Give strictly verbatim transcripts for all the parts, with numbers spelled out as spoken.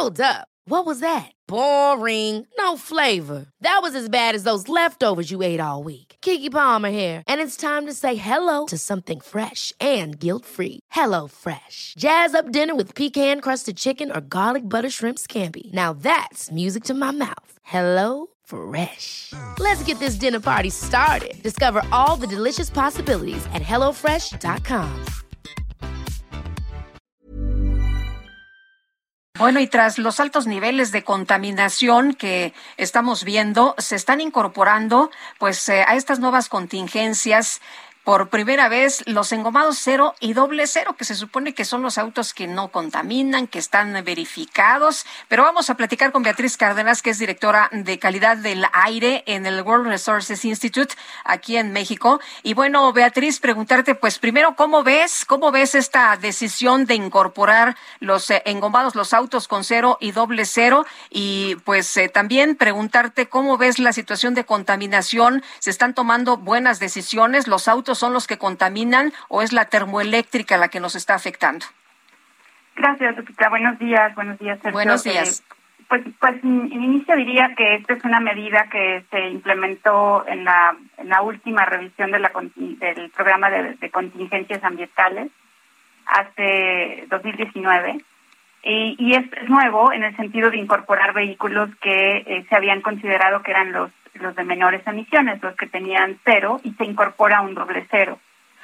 Hold up. What was that? Boring. No flavor. That was as bad as those leftovers you ate all week. Keke Palmer here, and it's time to say hello to something fresh and guilt-free. Hello Fresh. Jazz up dinner with pecan-crusted chicken or garlic butter shrimp scampi. Now that's music to my mouth. Hello Fresh. Let's get this dinner party started. Discover all the delicious possibilities at hello fresh dot com. Bueno, y tras los altos niveles de contaminación que estamos viendo, se están incorporando pues eh, a estas nuevas contingencias por primera vez los engomados cero y doble cero, que se supone que son los autos que no contaminan, que están verificados. Pero vamos a platicar con Beatriz Cárdenas, que es directora de calidad del aire en el World Resources Institute aquí en México. Y bueno, Beatriz, preguntarte pues primero, ¿cómo ves, cómo ves esta decisión de incorporar los eh, engomados, los autos con cero y doble cero? Y pues eh, también preguntarte cómo ves la situación de contaminación. ¿Se están tomando buenas decisiones? ¿Los autos son los que contaminan o es la termoeléctrica la que nos está afectando? Gracias, Lupita. Buenos días, buenos días, Sergio. Buenos días. Eh, pues, pues en inicio diría que esta es una medida que se implementó en la en la última revisión de la del programa de, de contingencias ambientales hace dos mil diecinueve y, y es, es nuevo en el sentido de incorporar vehículos que eh, se habían considerado que eran los los de menores emisiones, los que tenían cero, y se incorpora un doble cero.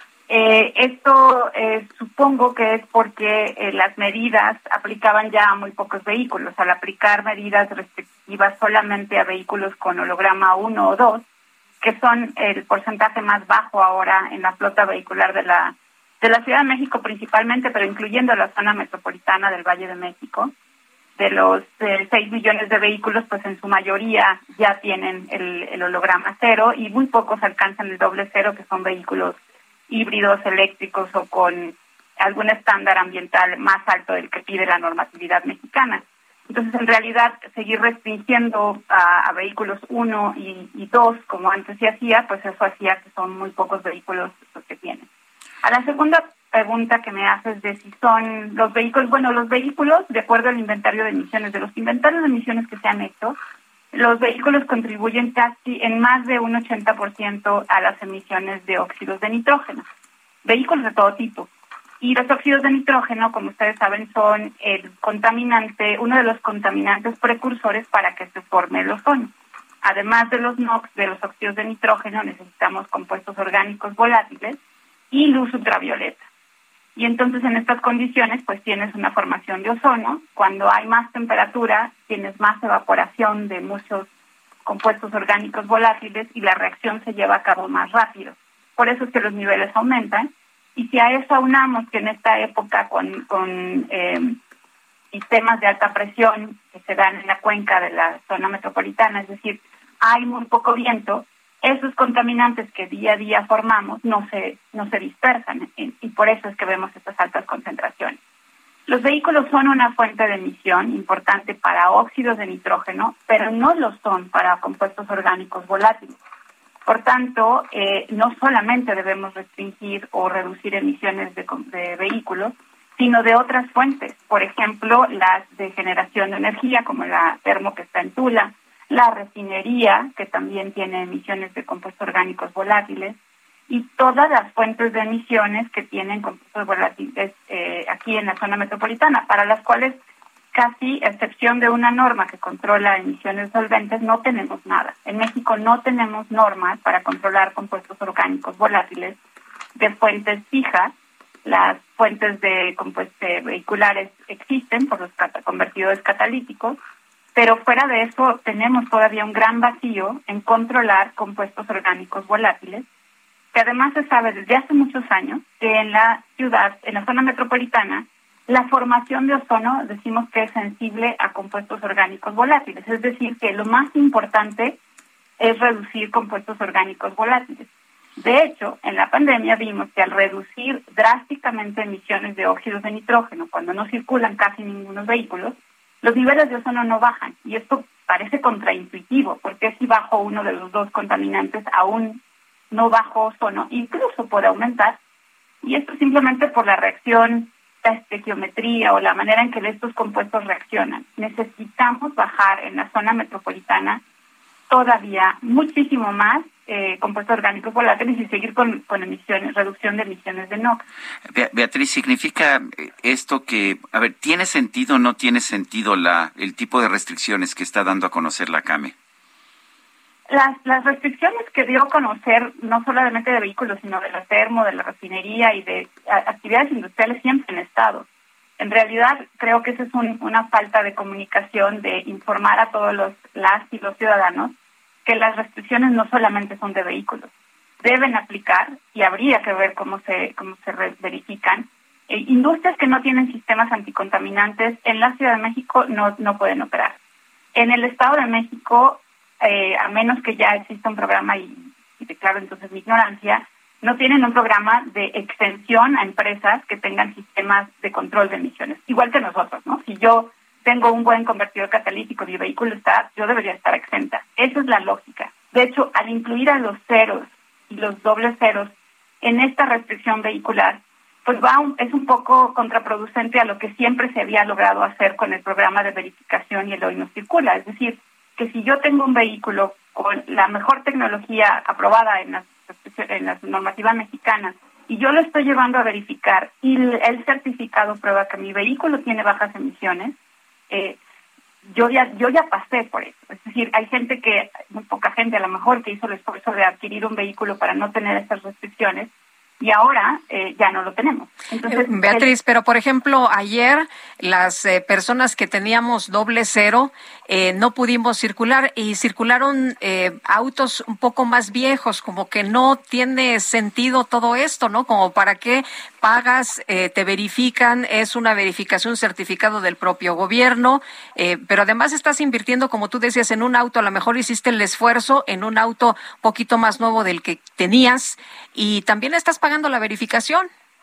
Eh, esto eh, supongo que es porque eh, las medidas aplicaban ya a muy pocos vehículos. Al aplicar medidas restrictivas solamente a vehículos con holograma uno o dos, que son el porcentaje más bajo ahora en la flota vehicular de la de la Ciudad de México principalmente, pero incluyendo la zona metropolitana del Valle de México, de los eh, seis millones de vehículos, pues en su mayoría ya tienen el, el holograma cero y muy pocos alcanzan el doble cero, que son vehículos híbridos, eléctricos o con algún estándar ambiental más alto del que pide la normatividad mexicana. Entonces, en realidad, seguir restringiendo a, a vehículos uno y, y dos, como antes se hacía, pues eso hacía que son muy pocos vehículos los que tienen. A la segunda pregunta que me haces de si son los vehículos, bueno, los vehículos, de acuerdo al inventario de emisiones, de los inventarios de emisiones que se han hecho, los vehículos contribuyen casi en más de un ochenta por ciento a las emisiones de óxidos de nitrógeno, vehículos de todo tipo. Y los óxidos de nitrógeno, como ustedes saben, son el contaminante, uno de los contaminantes precursores para que se forme el ozono. Además de los NOx, de los óxidos de nitrógeno, necesitamos compuestos orgánicos volátiles y luz ultravioleta. Y entonces en estas condiciones pues tienes una formación de ozono. Cuando hay más temperatura tienes más evaporación de muchos compuestos orgánicos volátiles y la reacción se lleva a cabo más rápido. Por eso es que los niveles aumentan. Y si a eso aunamos que en esta época con, con eh, sistemas de alta presión que se dan en la cuenca de la zona metropolitana, es decir, hay muy poco viento, esos contaminantes que día a día formamos no se no se dispersan y, y por eso es que vemos estas altas concentraciones. Los vehículos son una fuente de emisión importante para óxidos de nitrógeno, pero no lo son para compuestos orgánicos volátiles. Por tanto, eh, no solamente debemos restringir o reducir emisiones de, de vehículos, sino de otras fuentes, por ejemplo, las de generación de energía, como la termo que está en Tula, la refinería, que también tiene emisiones de compuestos orgánicos volátiles, y todas las fuentes de emisiones que tienen compuestos volátiles eh, aquí en la zona metropolitana, para las cuales casi, a excepción de una norma que controla emisiones solventes, no tenemos nada. En México no tenemos normas para controlar compuestos orgánicos volátiles de fuentes fijas. Las fuentes de compuestos vehiculares existen por los cat- convertidores catalíticos, pero fuera de eso tenemos todavía un gran vacío en controlar compuestos orgánicos volátiles, que además se sabe desde hace muchos años que en la ciudad, en la zona metropolitana, la formación de ozono decimos que es sensible a compuestos orgánicos volátiles, es decir, que lo más importante es reducir compuestos orgánicos volátiles. De hecho, en la pandemia vimos que al reducir drásticamente emisiones de óxidos de nitrógeno, cuando no circulan casi ningunos vehículos, los niveles de ozono no bajan, y esto parece contraintuitivo, porque si bajo uno de los dos contaminantes, aún no bajo ozono, incluso puede aumentar, y esto simplemente por la reacción la estequiometría o la manera en que estos compuestos reaccionan. Necesitamos bajar en la zona metropolitana todavía muchísimo más eh, compuestos orgánicos volátiles y seguir con, con emisiones, reducción de emisiones de NOx. Beatriz, ¿significa esto que, a ver, tiene sentido o no tiene sentido la el tipo de restricciones que está dando a conocer la CAME? Las, las restricciones que dio a conocer, no solamente de vehículos, sino de la termo, de la refinería y de a, actividades industriales, siempre han estado. En realidad, creo que esa es un, una falta de comunicación, de informar a todos los las y los ciudadanos que las restricciones no solamente son de vehículos. Deben aplicar, y habría que ver cómo se cómo se verifican. Eh, industrias que no tienen sistemas anticontaminantes en la Ciudad de México no, no pueden operar. En el Estado de México, eh, a menos que ya exista un programa, y, y declaro entonces mi ignorancia, no tienen un programa de extensión a empresas que tengan sistemas de control de emisiones. Igual que nosotros, ¿no? Si yo tengo un buen convertidor catalítico, mi vehículo está, yo debería estar exenta. Esa es la lógica. De hecho, al incluir a los ceros y los dobles ceros en esta restricción vehicular, pues va un, es un poco contraproducente a lo que siempre se había logrado hacer con el programa de verificación y el hoy no circula. Es decir, que si yo tengo un vehículo con la mejor tecnología aprobada en las, en las normativas mexicanas y yo lo estoy llevando a verificar y el certificado prueba que mi vehículo tiene bajas emisiones, eh, yo ya yo ya pasé por eso. Es decir, hay gente que, muy poca gente a lo mejor, que hizo el esfuerzo de adquirir un vehículo para no tener estas restricciones, y ahora eh, ya no lo tenemos. Entonces, Beatriz, el... pero por ejemplo, ayer las eh, personas que teníamos doble cero eh, no pudimos circular y circularon eh, autos un poco más viejos, como que no tiene sentido todo esto, ¿no? Como para qué pagas, eh, te verifican, es una verificación, certificado del propio gobierno, eh, pero además estás invirtiendo, como tú decías, en un auto, a lo mejor hiciste el esfuerzo en un auto poquito más nuevo del que tenías y también estás pagando la verificación.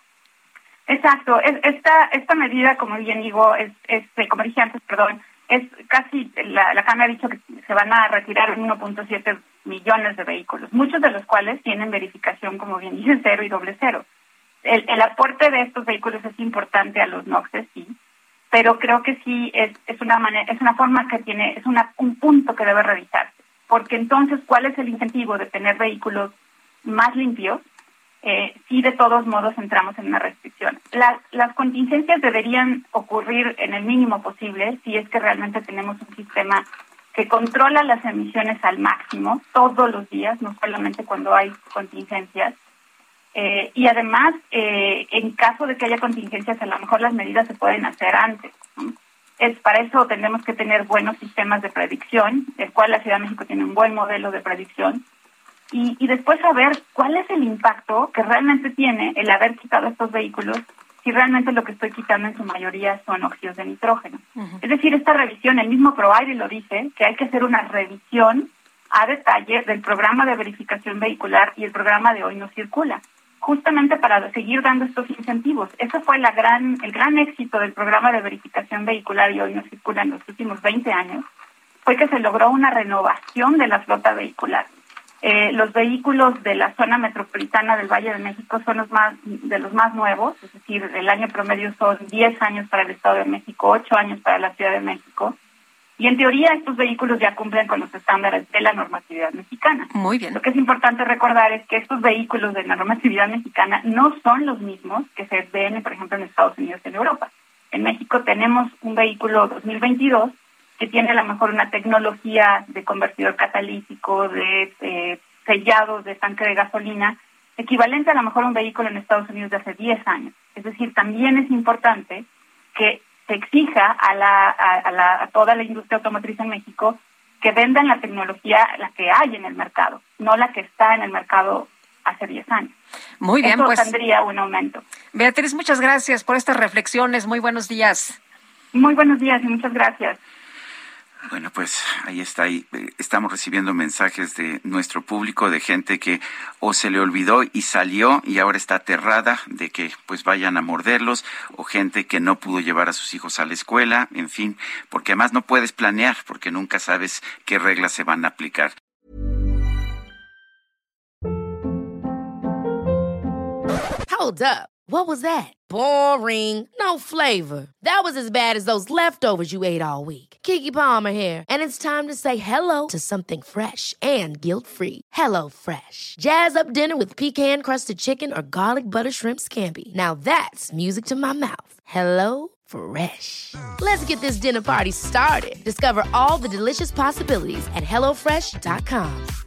Exacto. Es, esta esta medida, como bien digo, es, es como dije antes, perdón, es casi, la, la Cámara ha dicho que se van a retirar uno punto siete millones de vehículos, muchos de los cuales tienen verificación, como bien dice, cero y doble cero. El, el aporte de estos vehículos es importante a los NOxes, sí, pero creo que sí es, es una manera, es una forma que tiene, es una, un punto que debe revisarse, porque entonces, ¿cuál es el incentivo de tener vehículos más limpios? Eh, si de todos modos entramos en una restricción. Las, las contingencias deberían ocurrir en el mínimo posible si es que realmente tenemos un sistema que controla las emisiones al máximo todos los días, no solamente cuando hay contingencias. Eh, y además, eh, en caso de que haya contingencias, a lo mejor las medidas se pueden hacer antes, ¿no? Es para eso tenemos que tener buenos sistemas de predicción, del cual la Ciudad de México tiene un buen modelo de predicción. Y, y después saber cuál es el impacto que realmente tiene el haber quitado estos vehículos, si realmente lo que estoy quitando en su mayoría son óxidos de nitrógeno. Uh-huh. Es decir, esta revisión, el mismo ProAire lo dice, que hay que hacer una revisión a detalle del programa de verificación vehicular y el programa de Hoy No Circula, justamente para seguir dando estos incentivos. Eso fue la gran el gran éxito del programa de verificación vehicular y Hoy No Circula en los últimos veinte años, fue que se logró una renovación de la flota vehicular. Eh, los vehículos de la zona metropolitana del Valle de México son los más de los más nuevos, es decir, el año promedio son diez años para el Estado de México, ocho años para la Ciudad de México, y en teoría estos vehículos ya cumplen con los estándares de la normatividad mexicana. Muy bien. Lo que es importante recordar es que estos vehículos de la normatividad mexicana no son los mismos que se ven, por ejemplo, en Estados Unidos y en Europa. En México tenemos un vehículo dos mil veintidós que tiene a lo mejor una tecnología de convertidor catalítico, de eh, sellados de tanque de gasolina, equivalente a lo mejor a un vehículo en Estados Unidos de hace diez años. Es decir, también es importante que se exija a, la, a, a, la, a toda la industria automotriz en México que vendan la tecnología, la que hay en el mercado, no la que está en el mercado hace diez años. Muy bien, Eso pues tendría un aumento. Beatriz, muchas gracias por estas reflexiones. Muy buenos días. Muy buenos días y muchas gracias. Bueno, pues ahí está. Ahí estamos recibiendo mensajes de nuestro público, de gente que o se le olvidó y salió y ahora está aterrada de que pues vayan a morderlos, o gente que no pudo llevar a sus hijos a la escuela, en fin, porque además no puedes planear porque nunca sabes qué reglas se van a aplicar. Hold up. What was that? Boring. No flavor. That was as bad as those leftovers you ate all week. Keke Palmer here, and it's time to say hello to something fresh and guilt-free. Hello Fresh. Jazz up dinner with pecan-crusted chicken or garlic butter shrimp scampi. Now that's music to my mouth. Hello Fresh. Let's get this dinner party started. Discover all the delicious possibilities at hello fresh dot com.